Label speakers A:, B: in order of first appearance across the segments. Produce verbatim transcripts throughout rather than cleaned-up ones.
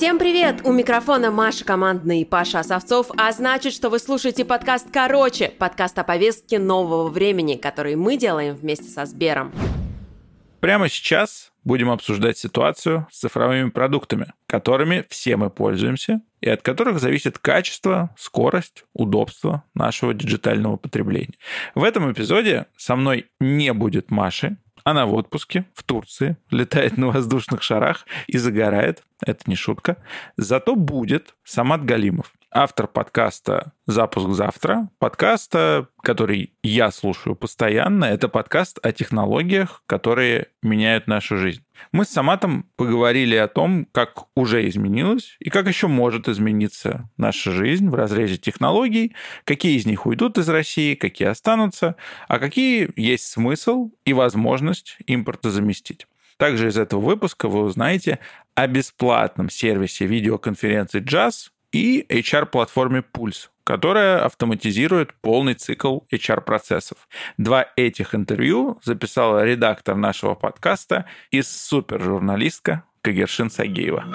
A: Всем привет! У микрофона Маша Командная и Паша Осовцов, а значит, что вы слушаете подкаст «Короче», подкаст о повестке нового времени, который мы делаем вместе со Сбером.
B: Прямо сейчас будем обсуждать ситуацию с цифровыми продуктами, которыми все мы пользуемся и от которых зависит качество, скорость, удобство нашего диджитального потребления. В этом эпизоде со мной не будет Маши. Она в отпуске, в Турции, летает на воздушных шарах и загорает. Это не шутка. Зато будет Самат Галимов, автор подкаста «Запуск завтра», подкаста, который я слушаю постоянно. Это подкаст о технологиях, которые меняют нашу жизнь. Мы с Саматом поговорили о том, как уже изменилась и как еще может измениться наша жизнь в разрезе технологий, какие из них уйдут из России, какие останутся, а какие есть смысл и возможность импорта заместить. Также из этого выпуска вы узнаете о бесплатном сервисе видеоконференций джаз и эйч ар-платформе Pulse, которая автоматизирует полный цикл эйч ар-процессов. Два этих интервью записала редактор нашего подкаста и супержурналистка Кагершин Сагеева.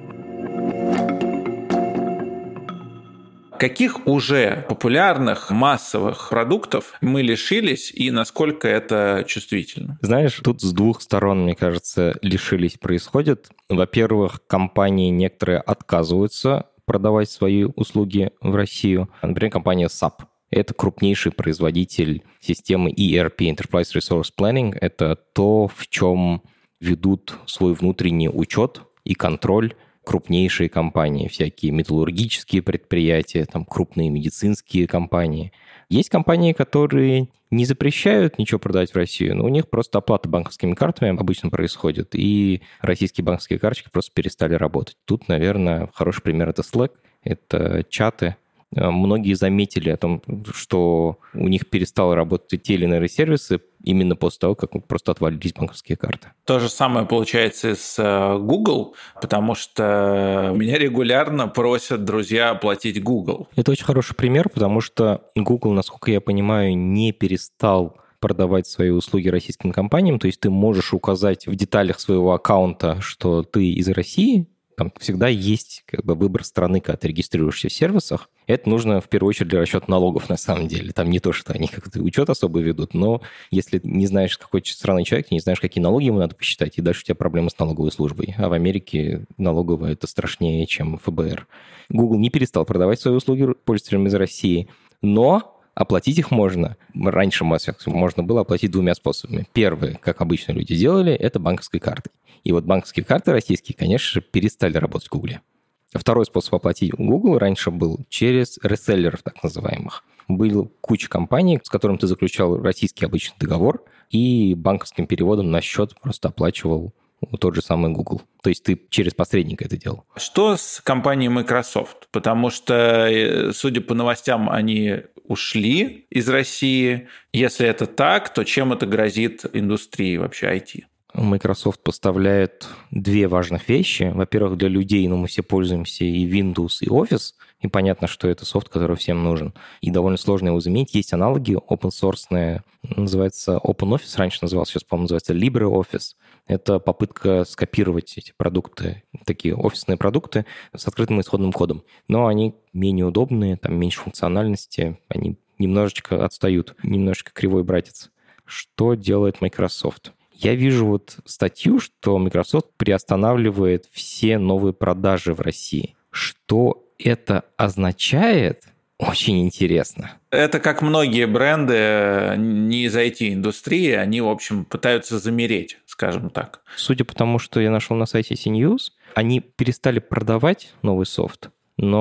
B: Каких уже популярных массовых продуктов мы лишились и насколько это чувствительно?
C: Знаешь, тут с двух сторон, мне кажется, лишились происходит. Во-первых, компании некоторые отказываются продавать свои услуги в Россию. Например, компания сап. Это крупнейший производитель системы и эр пи, Enterprise Resource Planning. Это то, в чем ведут свой внутренний учет и контроль крупнейшие компании, всякие металлургические предприятия, там крупные медицинские компании. Есть компании, которые не запрещают ничего продавать в Россию, но у них просто оплата банковскими картами обычно происходит, и российские банковские карточки просто перестали работать. Тут, наверное, хороший пример — это Slack, это чаты. Многие заметили о том, что у них перестали работать те или иные сервисы именно после того, как просто отвалились банковские карты.
B: То же самое получается с Google, потому что меня регулярно просят друзья оплатить Google.
C: Это очень хороший пример, потому что Google, насколько я понимаю, не перестал продавать свои услуги российским компаниям. То есть ты можешь указать в деталях своего аккаунта, что ты из России. Там всегда есть как бы выбор страны, когда ты регистрируешься в сервисах. Это нужно в первую очередь для расчета налогов на самом деле. Там не то, что они как-то учет особо ведут, но если не знаешь, какой страны человек, ты не знаешь, какие налоги ему надо посчитать, и дальше у тебя проблемы с налоговой службой. А в Америке налоговая это страшнее, чем эф бэ эр. Google не перестал продавать свои услуги пользователям из России, но оплатить их можно. Раньше можно было оплатить двумя способами. Первый, как обычно люди делали, это банковской картой. И вот банковские карты российские, конечно же, перестали работать в Гугле. Второй способ оплатить Google раньше был через реселлеров, так называемых. Была куча компаний, с которыми ты заключал российский обычный договор, и банковским переводом на счет просто оплачивал тот же самый Google. То есть ты через посредника это делал.
B: Что с компанией Microsoft? Потому что, судя по новостям, они ушли из России. Если это так, то чем это грозит индустрии вообще ай ти?
C: Microsoft поставляет две важных вещи. Во-первых, для людей, ну, мы все пользуемся и Windows, и Office, и понятно, что это софт, который всем нужен. И довольно сложно его заменить. Есть аналоги open-source, называется OpenOffice, раньше назывался, сейчас, по-моему, называется LibreOffice. Это попытка скопировать эти продукты, такие офисные продукты с открытым исходным кодом. Но они менее удобные, там меньше функциональности, они немножечко отстают, немножечко кривой братец. Что делает Microsoft? Я вижу вот статью, что Microsoft приостанавливает все новые продажи в России. Что это означает? Очень интересно.
B: Это как многие бренды не из ай ти-индустрии, они, в общем, пытаются замереть, скажем так.
C: Судя по тому, что я нашел на сайте си ньюс, они перестали продавать новый софт,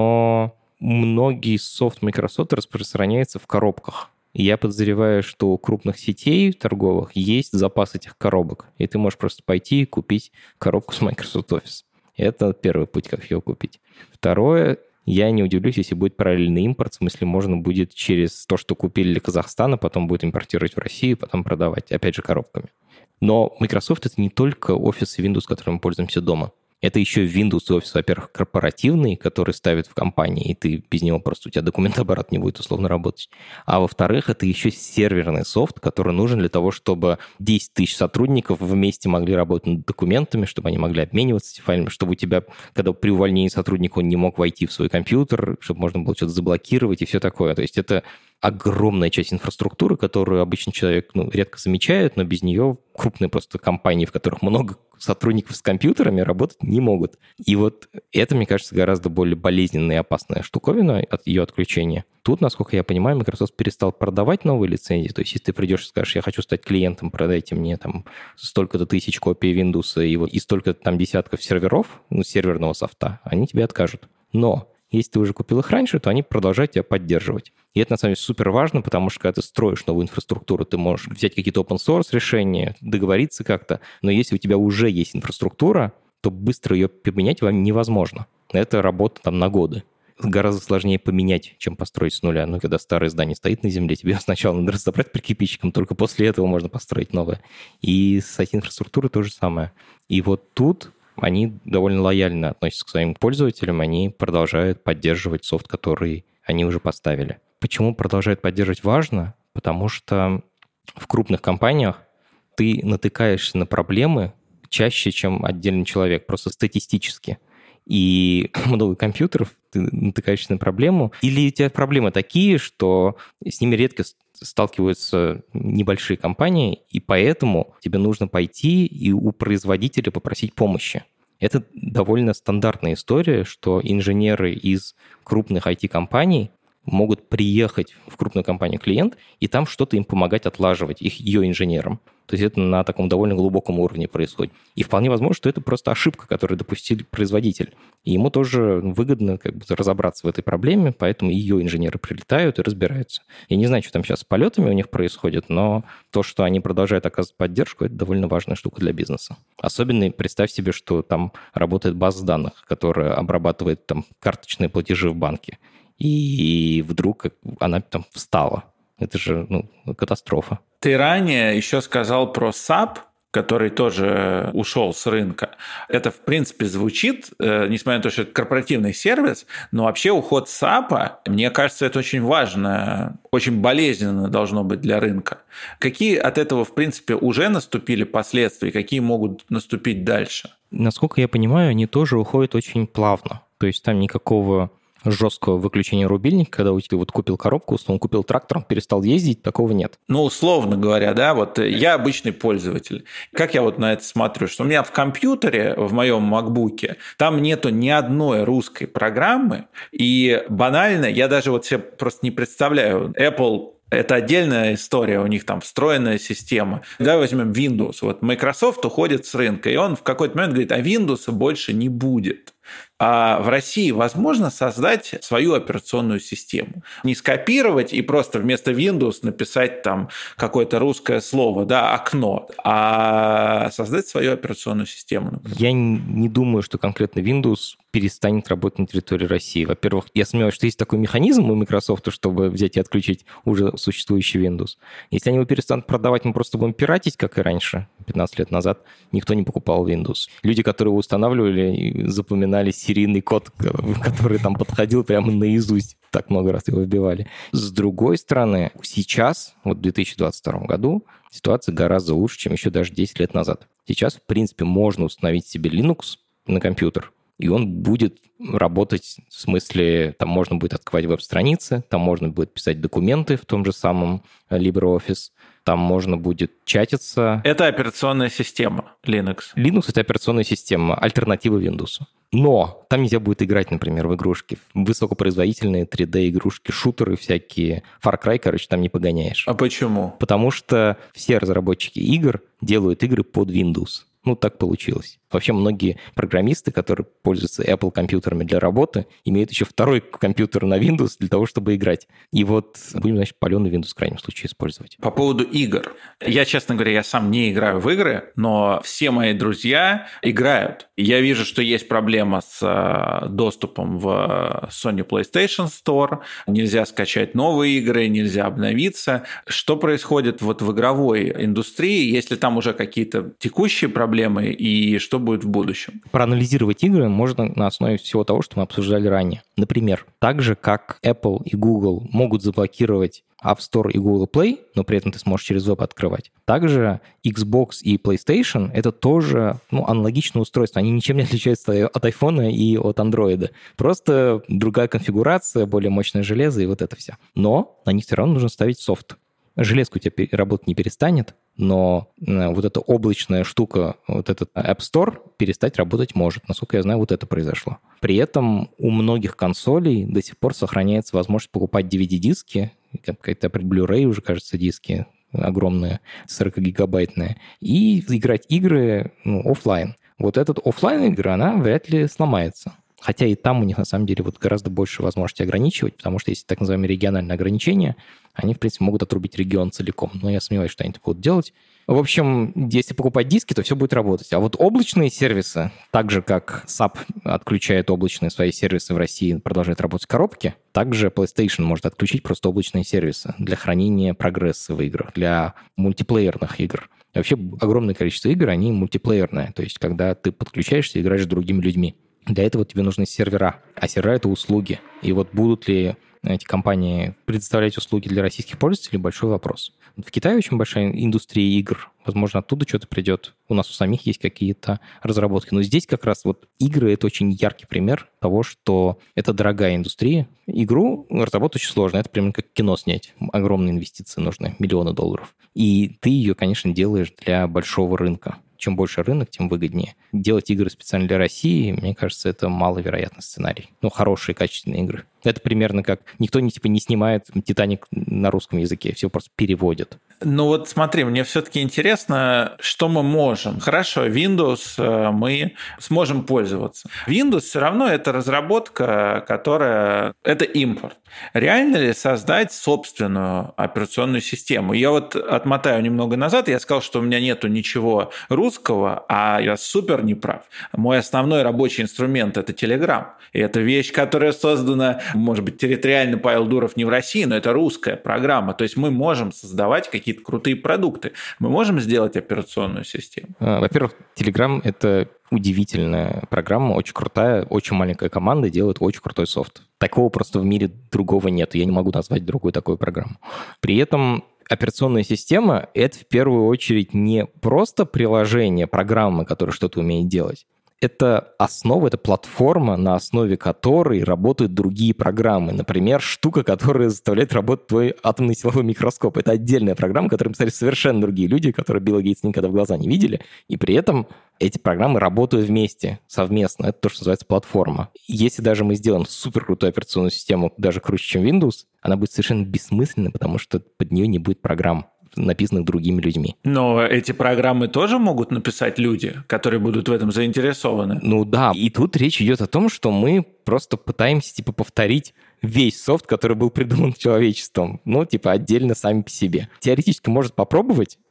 C: но многие софт Microsoft распространяется в коробках. Я подозреваю, что у крупных сетей торговых есть запас этих коробок, и ты можешь просто пойти и купить коробку с Microsoft Office. Это первый путь, как ее купить. Второе, я не удивлюсь, если будет параллельный импорт, в смысле можно будет через то, что купили для Казахстана, потом будет импортировать в Россию, потом продавать, опять же, коробками. Но Microsoft — это не только Office и Windows, которыми мы пользуемся дома. Это еще Windows офис, во-первых, корпоративный, который ставят в компании, и ты без него просто, у тебя документооборот не будет условно работать. А во-вторых, это еще серверный софт, который нужен для того, чтобы десять тысяч сотрудников вместе могли работать над документами, чтобы они могли обмениваться этими файлами, чтобы у тебя, когда при увольнении сотрудника он не мог войти в свой компьютер, чтобы можно было что-то заблокировать и все такое. То есть это огромная часть инфраструктуры, которую обычный человек ну, редко замечает, но без нее крупные просто компании, в которых много сотрудников с компьютерами, работать не могут. И вот это, мне кажется, гораздо более болезненная и опасная штуковина от ее отключения. Тут, насколько я понимаю, Microsoft перестал продавать новые лицензии. То есть, если ты придешь и скажешь, я хочу стать клиентом, продайте мне там столько-то тысяч копий Windows и, вот, и столько-то там десятков серверов, ну, серверного софта, они тебе откажут. Но если ты уже купил их раньше, то они продолжают тебя поддерживать. И это, на самом деле, супер важно, потому что, когда ты строишь новую инфраструктуру, ты можешь взять какие-то open-source решения, договориться как-то, но если у тебя уже есть инфраструктура, то быстро ее поменять вам невозможно. Это работа там на годы. Гораздо сложнее поменять, чем построить с нуля. Но когда старое здание стоит на земле, тебе сначала надо разобрать по кирпичикам, только после этого можно построить новое. И с ай ти-инфраструктурой то же самое. И вот тут они довольно лояльно относятся к своим пользователям, они продолжают поддерживать софт, который они уже поставили. Почему продолжают поддерживать важно? Потому что в крупных компаниях ты натыкаешься на проблемы чаще, чем отдельный человек, просто статистически. И много компьютеров, ты натыкаешься на проблему. Или у тебя проблемы такие, что с ними редко сталкиваются небольшие компании, и поэтому тебе нужно пойти и у производителя попросить помощи. Это довольно стандартная история, что инженеры из крупных ай ти-компаний могут приехать в крупную компанию клиент и там что-то им помогать отлаживать, их, ее инженерам. То есть это на таком довольно глубоком уровне происходит. И вполне возможно, что это просто ошибка, которую допустил производитель. И ему тоже выгодно как бы разобраться в этой проблеме, поэтому ее инженеры прилетают и разбираются. Я не знаю, что там сейчас с полетами у них происходит, но то, что они продолжают оказывать поддержку, это довольно важная штука для бизнеса. Особенно представь себе, что там работает база данных, которая обрабатывает там карточные платежи в банке. И вдруг она там встала. Это же ну, катастрофа.
B: Ты ранее еще сказал про сап, который тоже ушел с рынка. Это, в принципе, звучит, несмотря на то, что это корпоративный сервис, но вообще уход сапа, мне кажется, это очень важно, очень болезненно должно быть для рынка. Какие от этого, в принципе, уже наступили последствия, какие могут наступить дальше?
C: Насколько я понимаю, они тоже уходят очень плавно. То есть там никакого жесткого выключения рубильника, когда ты вот купил коробку, условно, купил трактор, он перестал ездить, такого нет.
B: Ну, условно говоря, да, вот я обычный пользователь. Как я вот на это смотрю, что у меня в компьютере, в моем макбуке, там нету ни одной русской программы, и банально, я даже вот себе просто не представляю, Apple это отдельная история, у них там встроенная система. Давай возьмем Windows. Вот Microsoft уходит с рынка, и он в какой-то момент говорит, а Windows больше не будет. А в России возможно создать свою операционную систему. Не скопировать и просто вместо Windows написать там какое-то русское слово, да, окно, а создать свою операционную систему, например.
C: Я не думаю, что конкретно Windows перестанет работать на территории России. Во-первых, я сомневаюсь, что есть такой механизм у Microsoft, чтобы взять и отключить уже существующий Windows. Если они его перестанут продавать, мы просто будем пиратить, как и раньше, пятнадцать лет назад. Никто не покупал Windows. Люди, которые его устанавливали, запоминали серийный код, который там подходил прямо наизусть. Так много раз его вбивали. С другой стороны, сейчас, вот в две тысячи двадцать втором году, ситуация гораздо лучше, чем еще даже десять лет назад. Сейчас, в принципе, можно установить себе Linux на компьютер, и он будет работать, в смысле, там можно будет открывать веб-страницы, там можно будет писать документы в том же самом LibreOffice, там можно будет чатиться.
B: Это операционная система Linux.
C: Linux — это операционная система, альтернатива Windows. Но там нельзя будет играть, например, в игрушки. Высокопроизводительные три дэ-игрушки, шутеры всякие. Far Cry, короче, там не погоняешь.
B: А почему?
C: Потому что все разработчики игр делают игры под Windows. Ну, так получилось. Вообще, многие программисты, которые пользуются Apple компьютерами для работы, имеют еще второй компьютер на Windows для того, чтобы играть. И вот будем, значит, паленый Windows в крайнем случае использовать.
B: По поводу игр. Я, честно говоря, я сам не играю в игры, но все мои друзья играют. И я вижу, что есть проблема с доступом в Sony PlayStation Store. Нельзя скачать новые игры, нельзя обновиться. Что происходит вот в игровой индустрии, если там уже какие-то текущие проблемы, проблемы и что будет в будущем.
C: Проанализировать игры можно на основе всего того, что мы обсуждали ранее. Например, так же, как Apple и Google могут заблокировать App Store и Google Play, но при этом ты сможешь через веб открывать. Также Xbox и PlayStation — это тоже ну, аналогичное устройство. Они ничем не отличаются от iPhone и от Android. Просто другая конфигурация, более мощное железо и вот это все. Но на них все равно нужно ставить софт. Железка у тебя работать не перестанет, но вот эта облачная штука, вот этот App Store перестать работать может. Насколько я знаю, вот это произошло. При этом у многих консолей до сих пор сохраняется возможность покупать ди ви ди-диски, какие-то Blu-ray уже, кажется, диски огромные, сорок-гигабайтные, и играть игры ну, офлайн. Вот эта офлайн игра, она вряд ли сломается. Хотя и там у них, на самом деле, вот гораздо больше возможностей ограничивать, потому что есть так называемые региональные ограничения, они, в принципе, могут отрубить регион целиком. Но я сомневаюсь, что они это будут делать. В общем, если покупать диски, то все будет работать. А вот облачные сервисы, так же, как сап отключает облачные свои сервисы в России и продолжает работать в коробке, также PlayStation может отключить просто облачные сервисы для хранения прогресса в играх, для мультиплеерных игр. И вообще огромное количество игр, они мультиплеерные, то есть когда ты подключаешься и играешь с другими людьми. Для этого тебе нужны сервера, а сервера — это услуги. И вот будут ли эти компании предоставлять услуги для российских пользователей — большой вопрос. В Китае очень большая индустрия игр. Возможно, оттуда что-то придет. У нас у самих есть какие-то разработки. Но здесь как раз вот игры — это очень яркий пример того, что это дорогая индустрия. Игру разработать очень сложно. Это примерно как кино снять. Огромные инвестиции нужны, миллионы долларов. И ты ее, конечно, делаешь для большого рынка. Чем больше рынок, тем выгоднее. Делать игры специально для России, мне кажется, это маловероятный сценарий. Ну, хорошие, качественные игры. Это примерно как... Никто не, типа, не снимает «Титаник» на русском языке, все просто переводят.
B: Ну вот смотри, мне все-таки интересно, что мы можем. Хорошо, Windows мы сможем пользоваться. Windows все равно это разработка, которая... Это импорт. Реально ли создать собственную операционную систему? Я вот отмотаю немного назад, я сказал, что у меня нету ничего русского, а я супер неправ. Мой основной рабочий инструмент – это Telegram. И это вещь, которая создана, может быть, территориально Павел Дуров не в России, но это русская программа. То есть мы можем создавать какие-то крутые продукты. Мы можем сделать операционную систему.
C: Во-первых, Telegram – это удивительная программа, очень крутая, очень маленькая команда делает очень крутой софт. Такого просто в мире другого нет. Я не могу назвать другую такую программу. При этом операционная система — это в первую очередь не просто приложение, программа, которая что-то умеет делать. Это основа, это платформа, на основе которой работают другие программы. Например, штука, которая заставляет работать твой атомный силовой микроскоп. Это отдельная программа, которую писали совершенно другие люди, которые Билла Гейтса никогда в глаза не видели. И при этом эти программы работают вместе, совместно. Это то, что называется платформа. Если даже мы сделаем суперкрутую операционную систему, даже круче, чем Windows, она будет совершенно бессмысленной, потому что под нее не будет программ, написанных другими людьми.
B: Но эти программы тоже могут написать люди, которые будут в этом заинтересованы.
C: Ну да, и тут речь идет о том, что мы просто пытаемся типа повторить весь софт, который был придуман человечеством, ну типа отдельно сами по себе. Теоретически может попробовать,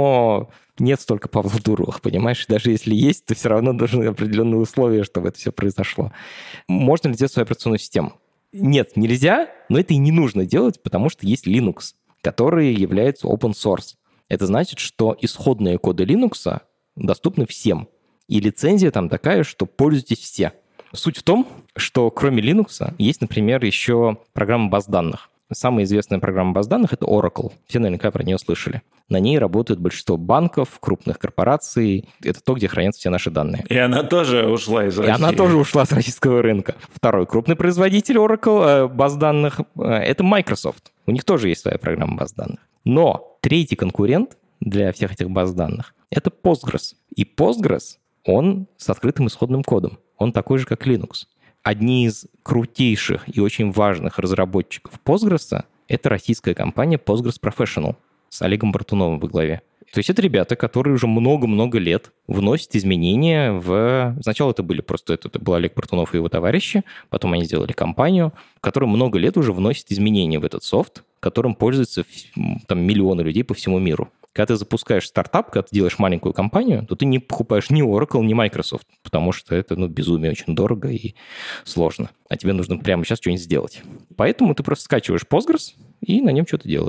C: но нет столько Павла Дуровых, понимаешь? Даже если есть, то все равно должны определенные условия, чтобы это все произошло. Можно ли сделать свою операционную систему? Нет, нельзя, но это и не нужно делать, потому что есть Linux, который является open source. Это значит, что исходные коды Linux доступны всем. И лицензия там такая, что пользуйтесь все. Суть в том, что кроме Linux есть, например, еще программа баз данных. Самая известная программа баз данных — это Oracle. Все наверняка про нее слышали. На ней работает большинство банков, крупных корпораций. Это то, где хранятся все наши данные.
B: И она тоже ушла из России.
C: И она тоже ушла с российского рынка. Второй крупный производитель Oracle э, баз данных э, — это Microsoft. У них тоже есть своя программа баз данных. Но третий конкурент для всех этих баз данных — это Postgres. И Postgres, он с открытым исходным кодом. Он такой же, как Linux. Одни из крутейших и очень важных разработчиков Postgres — это российская компания Postgres Professional с Олегом Бартуновым во главе. То есть это ребята, которые уже много-много лет вносят изменения в... Сначала это были просто... Это, это был Олег Бартунов и его товарищи, потом они сделали компанию, которая много лет уже вносит изменения в этот софт, которым пользуются там, миллионы людей по всему миру. Когда ты запускаешь стартап, когда ты делаешь маленькую компанию, то ты не покупаешь ни Oracle, ни Microsoft, потому что это ну, безумие, очень дорого и сложно. А тебе нужно прямо сейчас что-нибудь сделать. Поэтому ты просто скачиваешь Postgres и на нем что-то делаешь.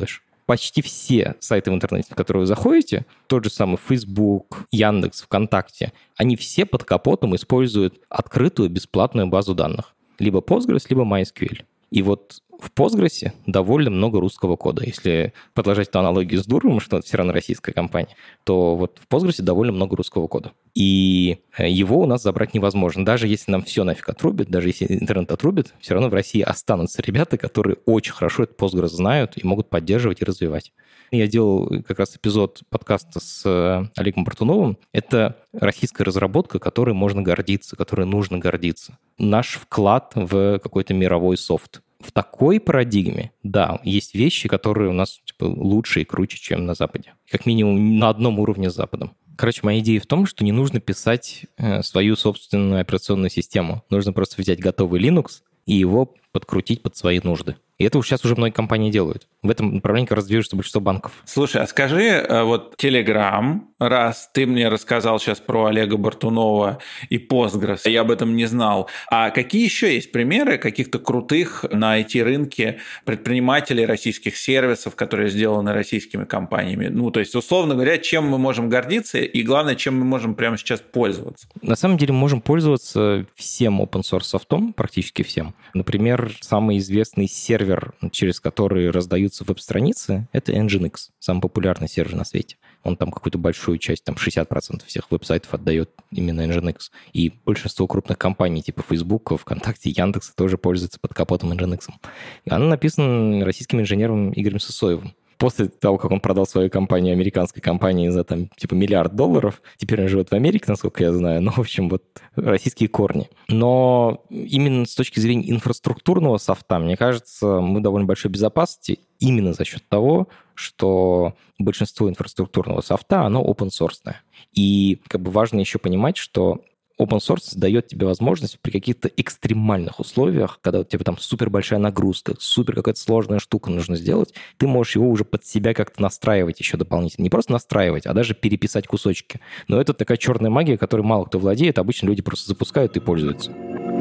C: почти все сайты в интернете, на которые вы заходите, тот же самый Facebook, Яндекс, ВКонтакте, они все под капотом используют открытую бесплатную базу данных. Либо Postgres, либо MySQL. И вот в Postgres довольно много русского кода. Если продолжать эту аналогию с Дуровым, что это все равно российская компания, то вот в Postgres довольно много русского кода. И его у нас забрать невозможно. Даже если нам все нафиг отрубит, даже если интернет отрубит, все равно в России останутся ребята, которые очень хорошо этот Postgres знают и могут поддерживать и развивать. Я делал как раз эпизод подкаста с Олегом Бартуновым. Это российская разработка, которой можно гордиться, которой нужно гордиться. Наш вклад в какой-то мировой софт. В такой парадигме, да, есть вещи, которые у нас типа, лучше и круче, чем на Западе. Как минимум на одном уровне с Западом. Короче, моя идея в том, что не нужно писать э, свою собственную операционную систему. Нужно просто взять готовый Linux и его подкрутить под свои нужды. И это сейчас уже многие компании делают. В этом направлении как раз движется большинство банков.
B: Слушай, а скажи, вот Telegram, раз ты мне рассказал сейчас про Олега Бартунова и Postgres, я об этом не знал, а какие еще есть примеры каких-то крутых на ай ти-рынке предпринимателей российских сервисов, которые сделаны российскими компаниями? Ну, то есть, условно говоря, чем мы можем гордиться и, главное, чем мы можем прямо сейчас пользоваться?
C: На самом деле, мы можем пользоваться всем open-source софтом, практически всем. Например, самый известный сервер, через который раздаются веб-страницы, это Nginx, самый популярный сервер на свете. Он там какую-то большую часть, там шестьдесят процентов всех веб-сайтов отдает именно Nginx. И большинство крупных компаний типа Facebook, ВКонтакте, Яндекса тоже пользуются под капотом Nginx. И оно написано российским инженером Игорем Сысоевым. После того, как он продал свою компанию американской компании за там типа миллиард долларов, теперь он живет в Америке, насколько я знаю, ну, в общем, вот российские корни. Но именно с точки зрения инфраструктурного софта, мне кажется, мы в довольно большой безопасности именно за счет того, что большинство инфраструктурного софта, оно open-source. И как бы важно еще понимать, что open source дает тебе возможность при каких-то экстремальных условиях, когда у тебя там супер большая нагрузка, супер какая-то сложная штука нужно сделать, ты можешь его уже под себя как-то настраивать еще дополнительно. Не просто настраивать, а даже переписать кусочки. Но это такая черная магия, которой мало кто владеет, обычно люди просто запускают и пользуются.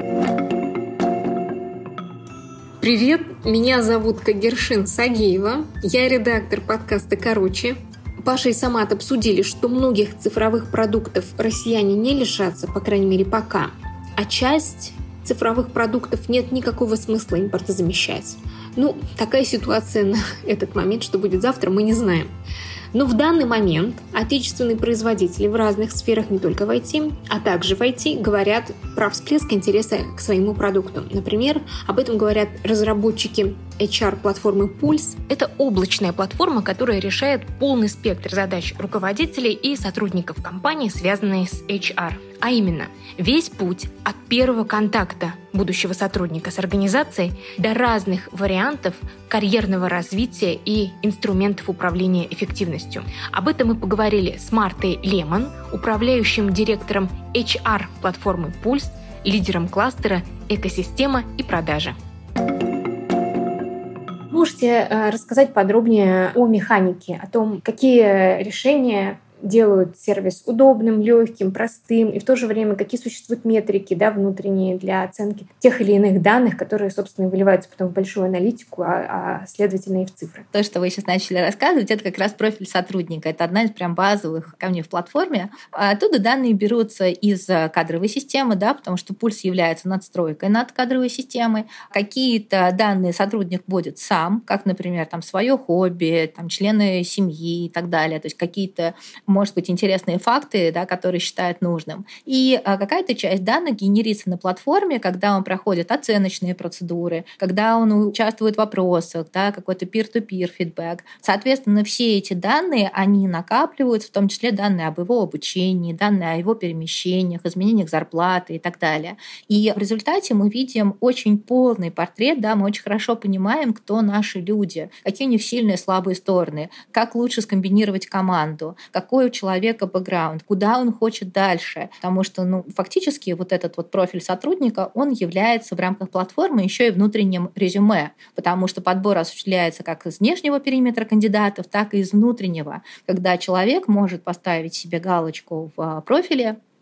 D: Привет, меня зовут Кагершин Сагеева, я редактор подкаста «Короче». Паша и Самат обсудили, что многих цифровых продуктов россияне не лишатся, по крайней мере, пока. А часть цифровых продуктов нет никакого смысла импортозамещать. Ну, такая ситуация на этот момент, что будет завтра, мы не знаем. Но в данный момент отечественные производители в разных сферах, не только в ай ти, а также в ай ти, говорят про всплеск интереса к своему продукту. Например, об этом говорят разработчики эйч ар-платформы Pulse. Это облачная платформа, которая решает полный спектр задач руководителей и сотрудников компании, связанные с эйч ар. А именно, весь путь от первого контакта будущего сотрудника с организацией до разных вариантов карьерного развития и инструментов управления эффективностью. Об этом мы поговорили с Мартой Лемон, управляющим директором эйч ар-платформы Pulse, лидером кластера «Экосистема и продажи».
E: Можете рассказать подробнее о механике, о том, какие решения делают сервис удобным, легким, простым, и в то же время какие существуют метрики, да, внутренние для оценки тех или иных данных, которые, собственно, выливаются потом в большую аналитику, а, а следовательно и в цифры.
F: То, что вы сейчас начали рассказывать, это как раз профиль сотрудника. Это одна из прям базовых камней в платформе. Оттуда данные берутся из кадровой системы, да, потому что Pulse является надстройкой над кадровой системой. Какие-то данные сотрудник вводит сам, как, например, там, свое хобби, там, члены семьи и так далее. То есть какие-то, может быть, интересные факты, да, которые считает нужным. И а, какая-то часть данных генерится на платформе, когда он проходит оценочные процедуры, когда он участвует в вопросах, да, какой-то peer-to-peer фидбэк. Соответственно, все эти данные, они накапливаются, в том числе данные об его обучении, данные о его перемещениях, изменениях зарплаты и так далее. И в результате мы видим очень полный портрет, да, мы очень хорошо понимаем, кто наши люди, какие у них сильные и слабые стороны, как лучше скомбинировать команду, какой у человека бэкграунд, куда он хочет дальше. Потому что, ну, фактически вот этот вот профиль сотрудника, он является в рамках платформы еще и внутренним резюме, потому что подбор осуществляется как из внешнего периметра кандидатов, так и из внутреннего, когда человек может поставить себе галочку в профиле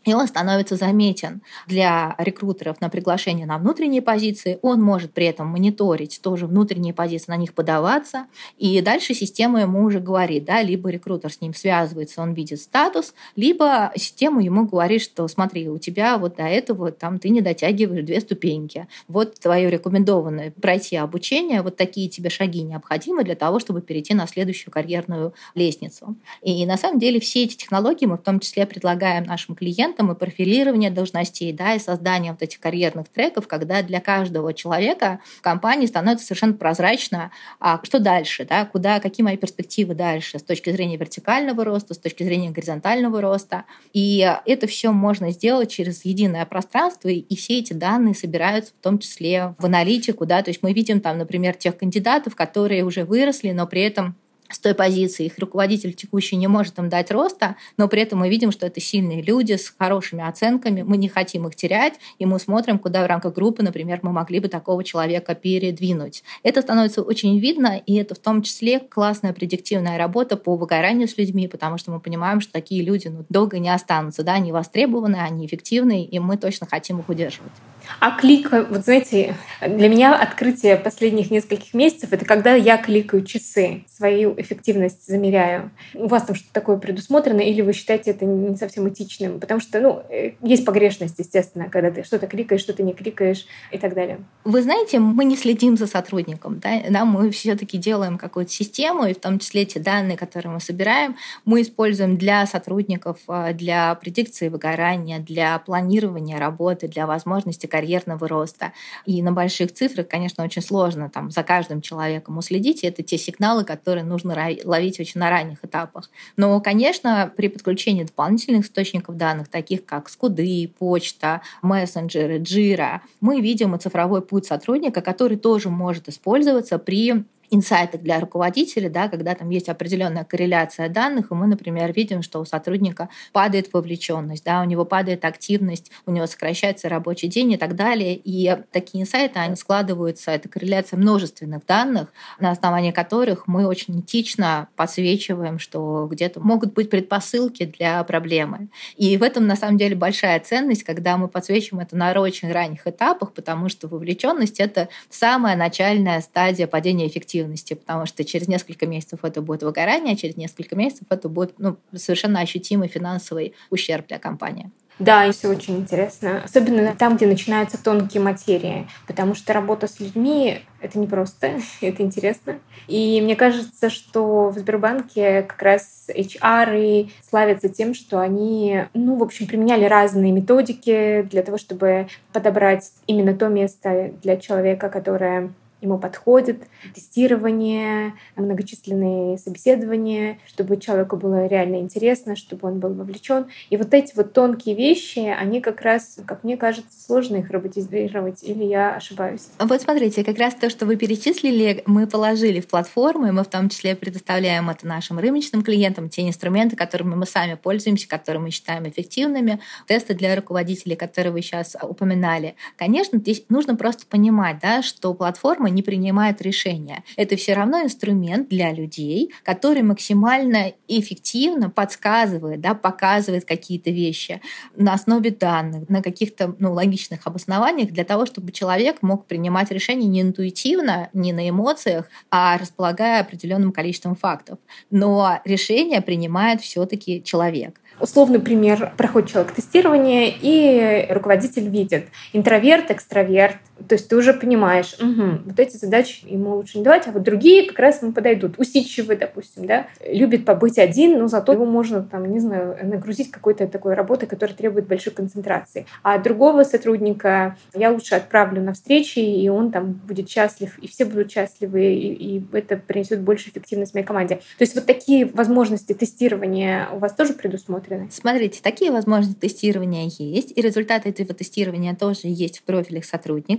F: и он становится заметен для рекрутеров на приглашение на внутренние позиции. Он может при этом мониторить тоже внутренние позиции, на них подаваться. И дальше система ему уже говорит, да, либо рекрутер с ним связывается, он видит статус, либо система ему говорит, что смотри, у тебя вот до этого там ты не дотягиваешь две ступеньки. Вот твое рекомендованное пройти обучение, вот такие тебе шаги необходимы для того, чтобы перейти на следующую карьерную лестницу. И на самом деле все эти технологии мы в том числе предлагаем нашим клиентам, и профилирование должностей, да, и создание вот этих карьерных треков, когда для каждого человека в компании становится совершенно прозрачно, а что дальше, да, куда, какие мои перспективы дальше с точки зрения вертикального роста, с точки зрения горизонтального роста. И это все можно сделать через единое пространство, и все эти данные собираются в том числе в аналитику, да, то есть мы видим там, например, тех кандидатов, которые уже выросли, но при этом с той позиции их руководитель текущий не может им дать роста, но при этом мы видим, что это сильные люди с хорошими оценками, мы не хотим их терять, и мы смотрим, куда в рамках группы, например, мы могли бы такого человека передвинуть. Это становится очень видно, и это в том числе классная предиктивная работа по выгоранию с людьми, потому что мы понимаем, что такие люди ну, долго не останутся, да, они востребованы, они эффективны, и мы точно хотим их удерживать.
E: А клик, вот знаете, для меня открытие последних нескольких месяцев — это когда я кликаю часы, свою эффективность замеряю. У вас там что-то такое предусмотрено, или вы считаете это не совсем этичным? Потому что, ну, есть погрешность, естественно, когда ты что-то кликаешь, что-то не кликаешь и так далее.
F: Вы знаете, мы не следим за сотрудником, да, да мы все-таки делаем какую-то систему, и в том числе те данные, которые мы собираем, мы используем для сотрудников, для предикции выгорания, для планирования работы, для возможности карьерного роста. И на больших цифрах, конечно, очень сложно там за каждым человеком уследить, и это те сигналы, которые нужно ловить очень на ранних этапах. Но, конечно, при подключении дополнительных источников данных, таких как Скуды, почта, мессенджеры, Jira, мы видим и цифровой путь сотрудника, который тоже может использоваться при инсайтах для руководителя, да, когда там есть определенная корреляция данных, и мы, например, видим, что у сотрудника падает вовлеченность, да, у него падает активность, у него сокращается рабочий день и так далее. И такие инсайты, они складываются, это корреляция множественных данных, на основании которых мы очень этично подсвечиваем, что где-то могут быть предпосылки для проблемы. И в этом, на самом деле, большая ценность, когда мы подсвечиваем это на очень ранних этапах, потому что вовлеченность — это самая начальная стадия падения эффективности, потому что через несколько месяцев это будет выгорание, а через несколько месяцев это будет ну, совершенно ощутимый финансовый ущерб для компании.
E: Да, и все очень интересно. Особенно там, где начинаются тонкие материи. Потому что работа с людьми — это непросто, это интересно. И мне кажется, что в Сбербанке как раз эйч ар славятся тем, что они, ну, в общем, применяли разные методики для того, чтобы подобрать именно то место для человека, которое ему подходит, тестирование, многочисленные собеседования, чтобы человеку было реально интересно, чтобы он был вовлечен. И вот эти вот тонкие вещи, они как раз, как мне кажется, сложно их роботизировать, или я ошибаюсь?
F: Вот смотрите, как раз то, что вы перечислили, мы положили в платформу, и мы в том числе предоставляем это нашим рыночным клиентам, те инструменты, которыми мы сами пользуемся, которые мы считаем эффективными, тесты для руководителей, которые вы сейчас упоминали. Конечно, здесь нужно просто понимать, да, что платформа не принимает решения. Это все равно инструмент для людей, который максимально эффективно подсказывает, да, показывает какие-то вещи на основе данных, на каких-то ну, логичных обоснованиях для того, чтобы человек мог принимать решения не интуитивно, не на эмоциях, а располагая определенным количеством фактов. Но решение принимает все-таки человек.
E: Условный пример: проходит человек тестирование, и руководитель видит интроверт, экстраверт. То есть ты уже понимаешь, угу, вот эти задачи ему лучше не давать, а вот другие как раз ему подойдут. Усидчивый, допустим, да, любит побыть один, но зато его можно, там, не знаю, нагрузить какой-то такой работой, которая требует большой концентрации. А другого сотрудника я лучше отправлю на встречи, и он там будет счастлив, и все будут счастливы, и, и это принесет больше эффективность моей команде. То есть вот такие возможности тестирования у вас тоже предусмотрены?
F: Смотрите, такие возможности тестирования есть, и результаты этого тестирования тоже есть в профилях сотрудника.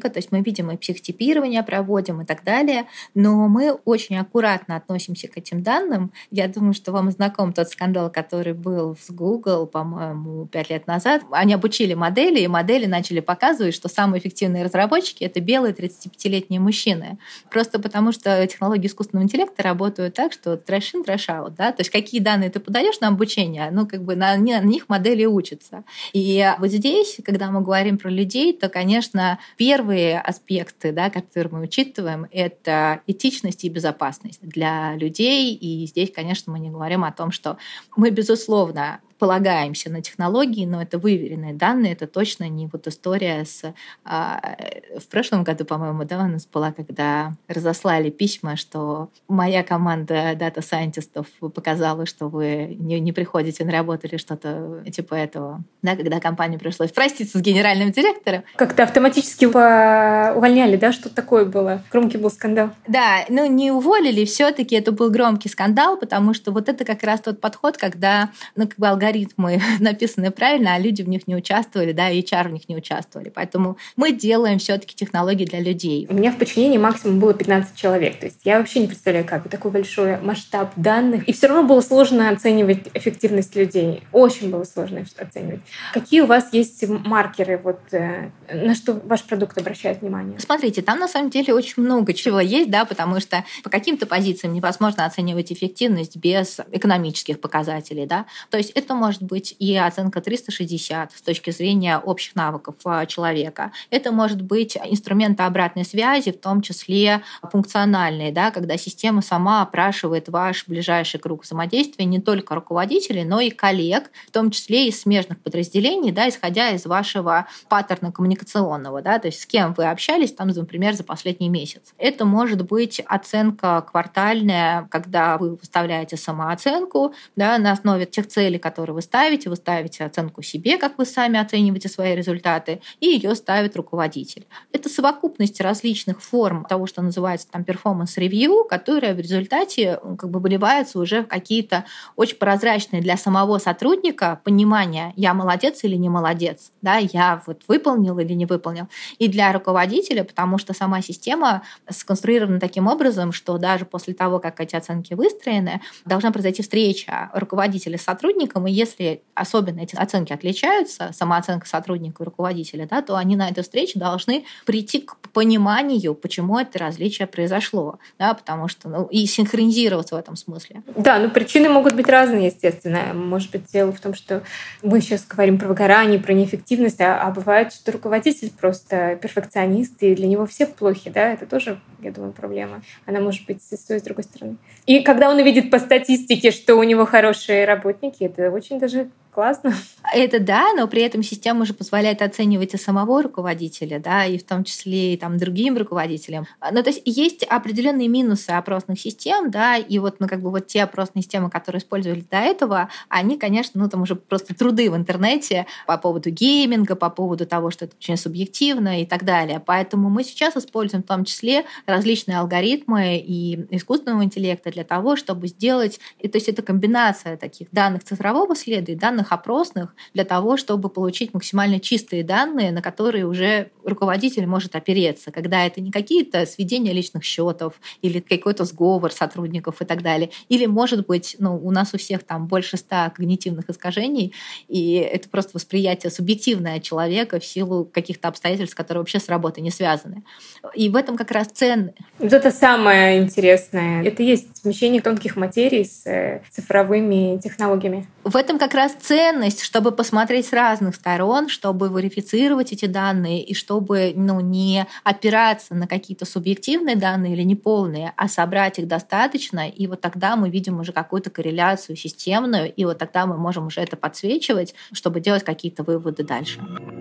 F: человека, то есть мы видим и психотипирование проводим и так далее, но мы очень аккуратно относимся к этим данным. Я думаю, что вам знаком тот скандал, который был с Google, по-моему, пять лет назад. Они обучили модели, и модели начали показывать, что самые эффективные разработчики — это белые тридцатипятилетние мужчины. Просто потому, что технологии искусственного интеллекта работают так, что трэш ин, трэш аут, да, то есть какие данные ты подаешь на обучение, ну, как бы на, на них модели учатся. И вот здесь, когда мы говорим про людей, то, конечно, первые аспекты, да, которые мы учитываем, это этичность и безопасность для людей. И здесь, конечно, мы не говорим о том, что мы, безусловно, полагаемся на технологии, но это выверенные данные, это точно не вот история с... А, в прошлом году, по-моему, да, у нас была, когда разослали письма, что моя команда дата-сайентистов показала, что вы не, не приходите на работу или что-то типа этого, да, когда компании пришлось проститься с генеральным директором.
E: Как-то автоматически увольняли, да, что такое было? Громкий был скандал.
F: Да, ну не уволили, все-таки это был громкий скандал, потому что вот это как раз тот подход, когда, ну, как бы алгоритмы написаны правильно, а люди в них не участвовали, да, и эйч ар в них не участвовали. Поэтому мы делаем все-таки технологии для людей.
E: У меня в подчинении максимум было пятнадцать человек. То есть я вообще не представляю, как такой большой масштаб данных. И все равно было сложно оценивать эффективность людей. Очень было сложно оценивать. Какие у вас есть маркеры, вот, на что ваш продукт обращает внимание?
F: Смотрите, там на самом деле очень много чего есть, да, потому что по каким-то позициям невозможно оценивать эффективность без экономических показателей, да. То есть это может быть и оценка триста шестьдесят с точки зрения общих навыков человека. Это может быть инструменты обратной связи, в том числе функциональные, да, когда система сама опрашивает ваш ближайший круг взаимодействия не только руководителей, но и коллег, в том числе из смежных подразделений, да, исходя из вашего паттерна коммуникационного, да, то есть с кем вы общались, там, например, за последний месяц. Это может быть оценка квартальная, когда вы выставляете самооценку, да, на основе тех целей, которые вы ставите, вы ставите оценку себе, как вы сами оцениваете свои результаты, и ее ставит руководитель. Это совокупность различных форм того, что называется там перформанс-ревью, которая в результате как бы выливается уже в какие-то очень прозрачные для самого сотрудника понимания, я молодец или не молодец, да, я вот выполнил или не выполнил. И для руководителя, потому что сама система сконструирована таким образом, что даже после того, как эти оценки выстроены, должна произойти встреча руководителя с сотрудником, и если особенно эти оценки отличаются, самооценка сотрудника и руководителя, да, то они на этой встрече должны прийти к пониманию, почему это различие произошло, да, потому что, ну, и синхронизироваться в этом смысле.
E: Да, ну причины могут быть разные, естественно. Может быть, дело в том, что мы сейчас говорим про выгорание, про неэффективность, а, а бывает, что руководитель просто перфекционист, и для него все плохи, да, это тоже, я думаю, проблема. Она может быть с той и с другой стороны. И когда он увидит по статистике, что у него хорошие работники, это очень даже классно.
F: Это да, но при этом система уже позволяет оценивать и самого руководителя, да, и в том числе и там другим руководителям. Ну, то есть есть определенные минусы опросных систем, да, и вот, ну, как бы вот те опросные системы, которые использовали до этого, они, конечно, ну, там уже просто труды в интернете по поводу гейминга, по поводу того, что это очень субъективно и так далее. Поэтому мы сейчас используем в том числе различные алгоритмы и искусственного интеллекта для того, чтобы сделать, и, то есть это комбинация таких данных цифрового следа и данных опросных для того, чтобы получить максимально чистые данные, на которые уже руководитель может опереться, когда это не какие-то сведения личных счетов или какой-то сговор сотрудников и так далее. Или, может быть, ну, у нас у всех там больше ста когнитивных искажений, и это просто восприятие субъективное человека в силу каких-то обстоятельств, которые вообще с работой не связаны. И в этом как раз ценно.
E: Вот это самое интересное. Это есть смещение тонких материй с цифровыми технологиями.
F: В этом как раз ценность, чтобы посмотреть с разных сторон, чтобы верифицировать эти данные и чтобы, ну, не опираться на какие-то субъективные данные или неполные, а собрать их достаточно, и вот тогда мы видим уже какую-то корреляцию системную, и вот тогда мы можем уже это подсвечивать, чтобы делать какие-то выводы дальше.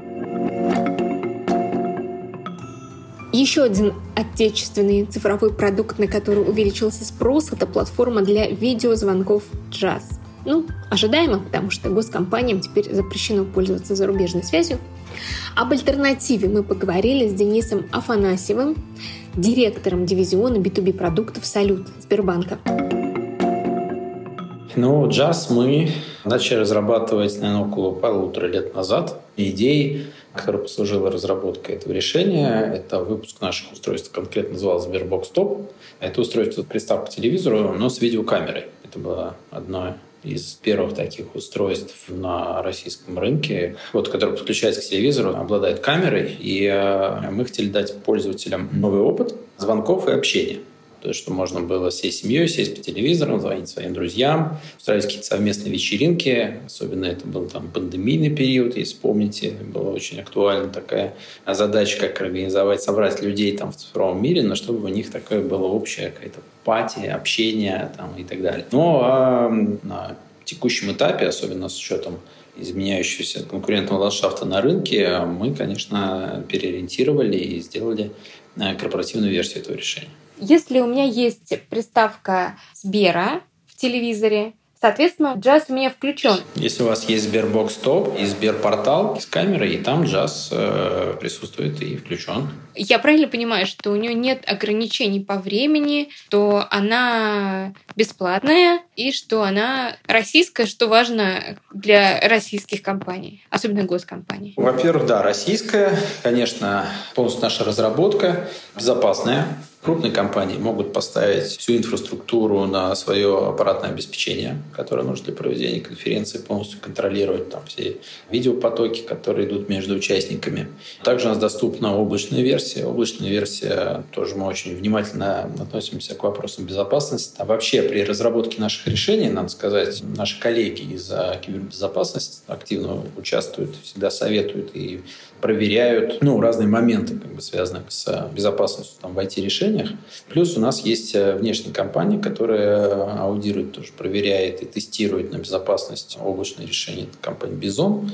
D: Еще один отечественный цифровой продукт, на который увеличился спрос, это платформа для видеозвонков джаз. Ну, ожидаемо, потому что госкомпаниям теперь запрещено пользоваться зарубежной связью. Об альтернативе мы поговорили с Денисом Афанасьевым, директором дивизиона би ту би продуктов «Салют» Сбербанка.
G: Ну, джаз мы начали разрабатывать, наверное, около полутора лет назад. Идеей которая послужила разработкой этого решения. Это выпуск наших устройств, конкретно назывался Sberbox Top. Это устройство приставка к телевизору, но с видеокамерой. Это было одно из первых таких устройств на российском рынке, вот, которое подключается к телевизору, обладает камерой, и э, мы хотели дать пользователям новый опыт звонков и общения. То есть, что можно было всей семьей сесть по телевизору, звонить своим друзьям, устраивать какие-то совместные вечеринки. Особенно это был там пандемийный период, если помните. Была очень актуальна такая задача, как организовать, собрать людей там в цифровом мире, но чтобы у них такое было общее какая-то пати, общение там, и так далее. Но а на текущем этапе, особенно с учетом изменяющегося конкурентного ландшафта на рынке, мы, конечно, переориентировали и сделали корпоративную версию этого решения.
E: Если у меня есть приставка Сбера в телевизоре, соответственно, джаз у меня включен.
G: Если у вас есть Sberbox Top и Сберпортал с камерой, и там джаз э, присутствует и включен.
E: Я правильно понимаю, что у нее нет ограничений по времени, что она бесплатная и что она российская, что важно для российских компаний, особенно госкомпаний?
G: Во-первых, да, российская, конечно, полностью наша разработка, безопасная. Крупные компании могут поставить всю инфраструктуру на свое аппаратное обеспечение, которое нужно для проведения конференции, полностью контролировать там все видеопотоки, которые идут между участниками. Также у нас доступна облачная версия. Облачная версия, тоже мы очень внимательно относимся к вопросам безопасности. А вообще при разработке наших решений, надо сказать, наши коллеги из кибербезопасности активно участвуют, всегда советуют и проверяют ну, разные моменты, как бы, связанные с безопасностью там, в ай ти-решениях. Плюс у нас есть внешняя компания, которая аудирует, тоже проверяет и тестирует на безопасность облачные решения. Это компания Bison.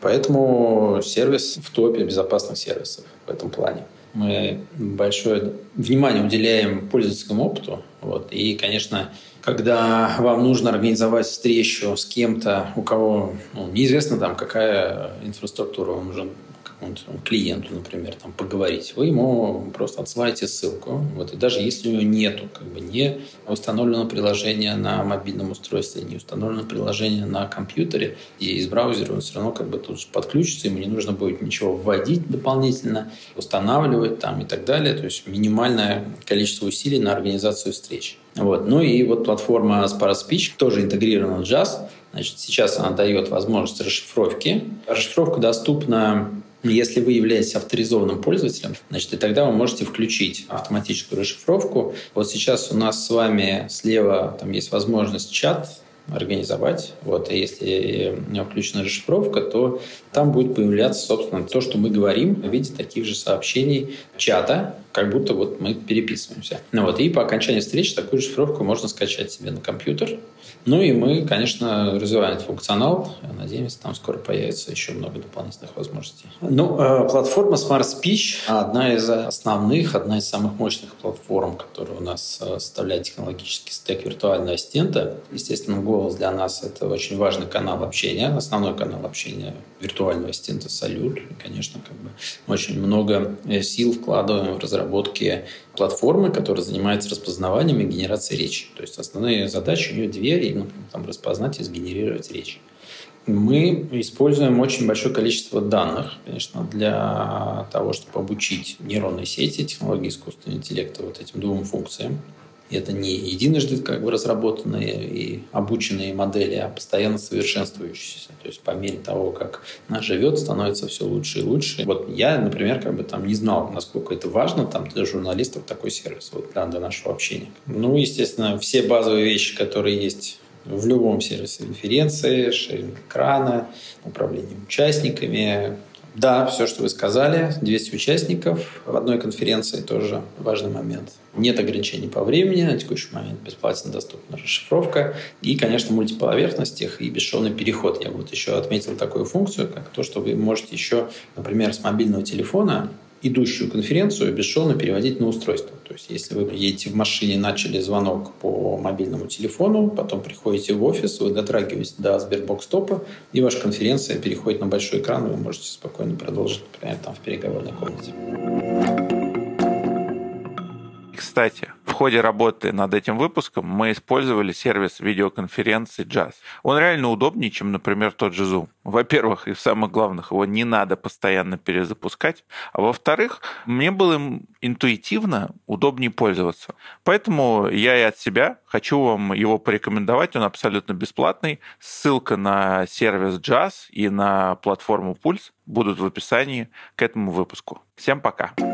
G: Поэтому сервис в топе безопасных сервисов в этом плане. Мы большое внимание уделяем пользовательскому опыту. Вот. И, конечно, когда вам нужно организовать встречу с кем-то, у кого ну, неизвестно, там, какая инфраструктура, вам нужен клиенту, например, там, поговорить, вы ему просто отсылаете ссылку. Вот, и даже если у него нету, как бы, не установлено приложение на мобильном устройстве, не установлено приложение на компьютере, и из браузера он все равно как бы тут же подключится, ему не нужно будет ничего вводить дополнительно, устанавливать там, и так далее. То есть минимальное количество усилий на организацию встреч. Вот. Ну и вот платформа SparroSpeech тоже интегрирована в джаз. Значит, сейчас она дает возможность расшифровки. Расшифровка доступна, если вы являетесь авторизованным пользователем, значит, и тогда вы можете включить автоматическую расшифровку. Вот сейчас у нас с вами слева там есть возможность чат организовать. Вот, и если включена расшифровка, то там будет появляться, собственно, то, что мы говорим в виде таких же сообщений чата, как будто вот мы переписываемся. Ну, вот, и по окончании встречи такую расшифровку можно скачать себе на компьютер. Ну и мы, конечно, развиваем этот функционал. Надеемся, там скоро появится еще много дополнительных возможностей. Ну, платформа SmartSpeech одна из основных, одна из самых мощных платформ, которая у нас составляет технологический стек виртуального ассистента. Естественно, голос для нас – это очень важный канал общения, основной канал общения виртуального ассистента Салют. И, конечно, как бы очень много сил вкладываем в разработки платформы, которая занимается распознаванием и генерацией речи. То есть основные задачи у нее две, и, например, там, распознать и сгенерировать речь. Мы используем очень большое количество данных, конечно, для того, чтобы обучить нейронные сети, технологии искусственного интеллекта вот этим двум функциям. И это не единожды как бы разработанные и обученные модели, а постоянно совершенствующиеся. То есть по мере того, как она живет, становится все лучше и лучше. Вот я, например, как бы там не знал, насколько это важно там для журналистов такой сервис вот, для, для нашего общения. Ну, естественно, все базовые вещи, которые есть в любом сервисе конференции, шеринг экрана, управление участниками. Да, все, что вы сказали, двести участников в одной конференции, тоже важный момент. Нет ограничений по времени, на текущий момент бесплатно доступна расшифровка и, конечно, мультиповерхность и бесшовный переход. Я вот еще отметил такую функцию, как то, что вы можете еще, например, с мобильного телефона идущую конференцию бесшовно переводить на устройство. То есть, если вы едете в машине, начали звонок по мобильному телефону, потом приходите в офис, вы дотрагиваетесь до Sberbox Top, и ваша конференция переходит на большой экран, и вы можете спокойно продолжить, например, там в переговорной комнате.
B: Кстати, ходе работы над этим выпуском мы использовали сервис видеоконференции Jazz. Он реально удобнее, чем, например, тот же Zoom. Во-первых, и в самых главных, его не надо постоянно перезапускать. А во-вторых, мне было интуитивно удобнее пользоваться. Поэтому я и от себя хочу вам его порекомендовать. Он абсолютно бесплатный. Ссылка на сервис Jazz и на платформу Pulse будут в описании к этому выпуску. Всем пока!